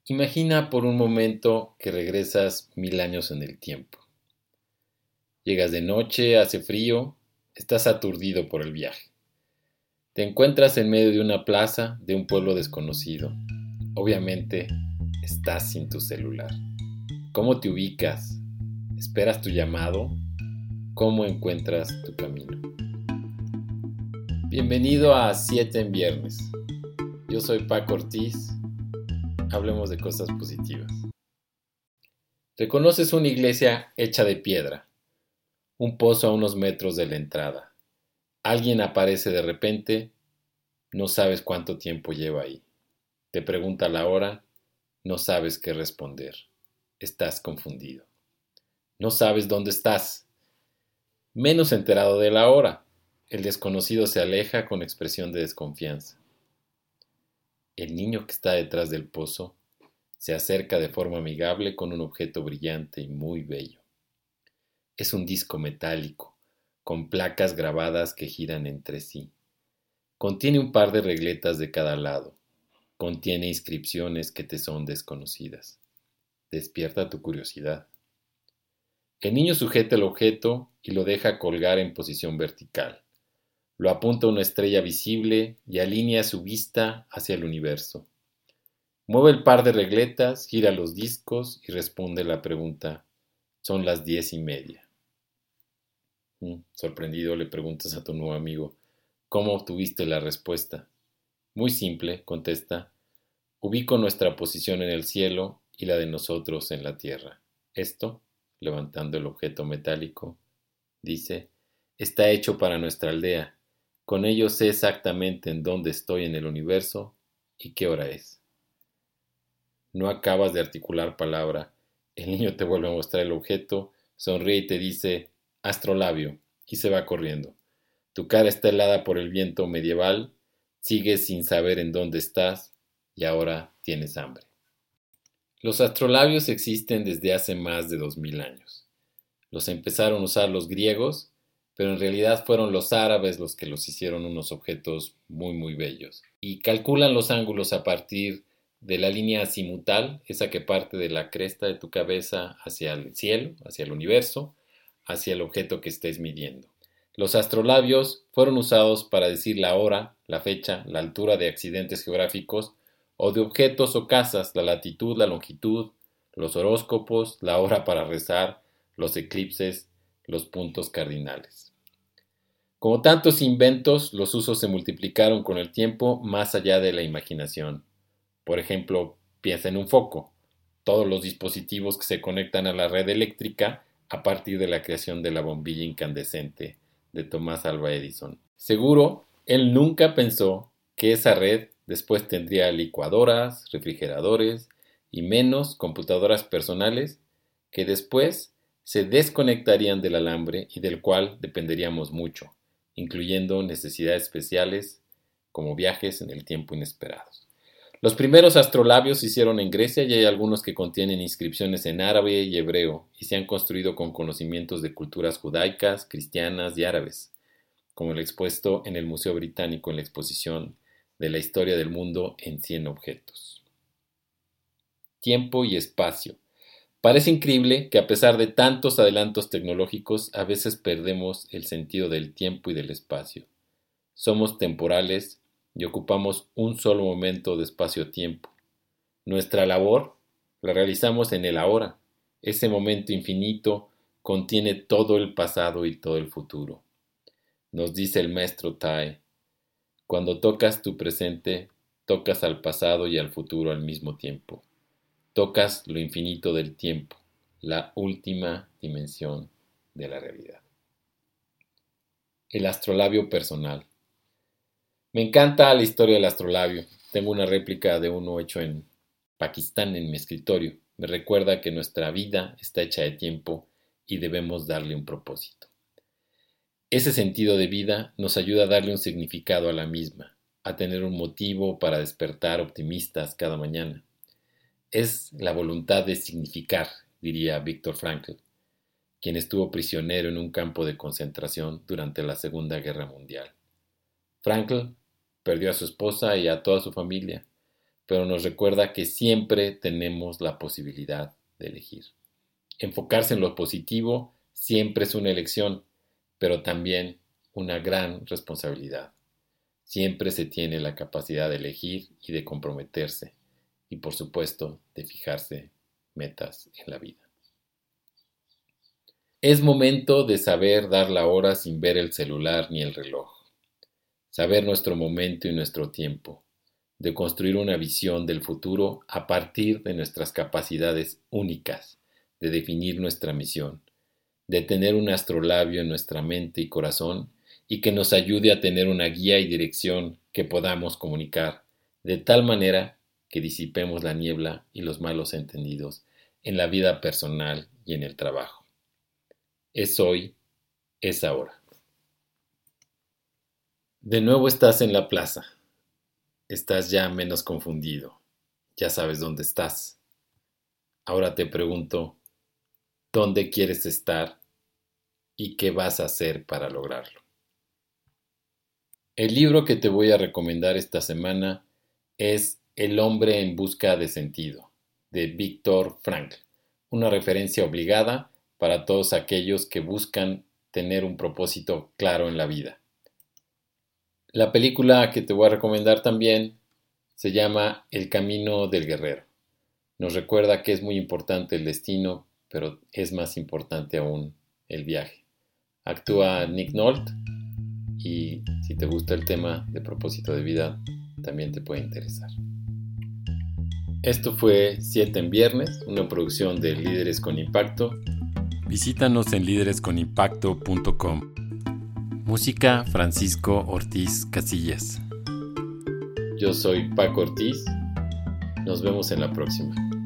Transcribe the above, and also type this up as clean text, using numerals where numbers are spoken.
Imagina por un momento que regresas 1000 años en el tiempo. Llegas de noche, hace frío, estás aturdido por el viaje. Te encuentras en medio de una plaza de un pueblo desconocido. Obviamente, estás sin tu celular. ¿Cómo te ubicas? ¿Esperas tu llamado? ¿Cómo encuentras tu camino? Bienvenido a 7 en Viernes. Yo soy Paco Ortiz. Hablemos de cosas positivas. Reconoces una iglesia hecha de piedra, un pozo a unos metros de la entrada. Alguien aparece de repente, no sabes cuánto tiempo lleva ahí. Te pregunta la hora, no sabes qué responder. Estás confundido. No sabes dónde estás. Menos enterado de la hora. El desconocido se aleja con expresión de desconfianza. El niño que está detrás del pozo se acerca de forma amigable con un objeto brillante y muy bello. Es un disco metálico, con placas grabadas que giran entre sí. Contiene un par de regletas de cada lado. Contiene inscripciones que te son desconocidas. Despierta tu curiosidad. El niño sujeta el objeto y lo deja colgar en posición vertical. Lo apunta a una estrella visible y alinea su vista hacia el universo. Mueve el par de regletas, gira los discos y responde la pregunta: son las 10:30. Sorprendido le preguntas a tu nuevo amigo: ¿cómo obtuviste la respuesta? Muy simple, contesta: ubico nuestra posición en el cielo y la de nosotros en la tierra. Esto, levantando el objeto metálico, dice, está hecho para nuestra aldea. Con ello sé exactamente en dónde estoy en el universo y qué hora es. No acabas de articular palabra. El niño te vuelve a mostrar el objeto, sonríe y te dice astrolabio y se va corriendo. Tu cara está helada por el viento medieval, sigues sin saber en dónde estás y ahora tienes hambre. Los astrolabios existen desde hace más de 2000 años. Los empezaron a usar los griegos, pero en realidad fueron los árabes los que los hicieron unos objetos muy muy bellos. Y calculan los ángulos a partir de la línea azimutal, esa que parte de la cresta de tu cabeza hacia el cielo, hacia el universo, hacia el objeto que estés midiendo. Los astrolabios fueron usados para decir la hora, la fecha, la altura de accidentes geográficos o de objetos o casas, la latitud, la longitud, los horóscopos, la hora para rezar, los eclipses, los puntos cardinales. Como tantos inventos, los usos se multiplicaron con el tiempo más allá de la imaginación. Por ejemplo, piensa en un foco. Todos los dispositivos que se conectan a la red eléctrica a partir de la creación de la bombilla incandescente de Thomas Alva Edison. Seguro, él nunca pensó que esa red después tendría licuadoras, refrigeradores y menos computadoras personales que después se desconectarían del alambre y del cual dependeríamos mucho, incluyendo necesidades especiales como viajes en el tiempo inesperados. Los primeros astrolabios se hicieron en Grecia y hay algunos que contienen inscripciones en árabe y hebreo y se han construido con conocimientos de culturas judaicas, cristianas y árabes, como el expuesto en el Museo Británico en la exposición de la historia del mundo en 100 objetos. Tiempo y espacio. Parece increíble que a pesar de tantos adelantos tecnológicos, a veces perdemos el sentido del tiempo y del espacio. Somos temporales y ocupamos un solo momento de espacio-tiempo. Nuestra labor la realizamos en el ahora. Ese momento infinito contiene todo el pasado y todo el futuro. Nos dice el maestro Tai, cuando tocas tu presente, tocas al pasado y al futuro al mismo tiempo. Tocas lo infinito del tiempo, la última dimensión de la realidad. El astrolabio personal. Me encanta la historia del astrolabio. Tengo una réplica de uno hecho en Pakistán en mi escritorio. Me recuerda que nuestra vida está hecha de tiempo y debemos darle un propósito. Ese sentido de vida nos ayuda a darle un significado a la misma, a tener un motivo para despertar optimistas cada mañana. Es la voluntad de significar, diría Viktor Frankl, quien estuvo prisionero en un campo de concentración durante la Segunda Guerra Mundial. Frankl perdió a su esposa y a toda su familia, pero nos recuerda que siempre tenemos la posibilidad de elegir. Enfocarse en lo positivo siempre es una elección, pero también una gran responsabilidad. Siempre se tiene la capacidad de elegir y de comprometerse, y por supuesto de fijarse metas en la vida. Es momento de saber dar la hora sin ver el celular ni el reloj. Saber nuestro momento y nuestro tiempo. De construir una visión del futuro a partir de nuestras capacidades únicas. De definir nuestra misión. De tener un astrolabio en nuestra mente y corazón y que nos ayude a tener una guía y dirección que podamos comunicar de tal manera que disipemos la niebla y los malos entendidos en la vida personal y en el trabajo. Es hoy, es ahora. De nuevo estás en la plaza. Estás ya menos confundido. Ya sabes dónde estás. Ahora te pregunto, ¿dónde quieres estar y qué vas a hacer para lograrlo? El libro que te voy a recomendar esta semana es El hombre en busca de sentido, de Viktor Frankl, una referencia obligada para todos aquellos que buscan tener un propósito claro en la vida. La película que te voy a recomendar también se llama El camino del guerrero. Nos recuerda que es muy importante el destino, pero es más importante aún el viaje. Actúa Nick Nolte y si te gusta el tema de propósito de vida, también te puede interesar. Esto fue 7 en Viernes, una producción de Líderes con Impacto. Visítanos en líderesconimpacto.com. Música Francisco Ortiz Casillas. Yo soy Paco Ortiz. Nos vemos en la próxima.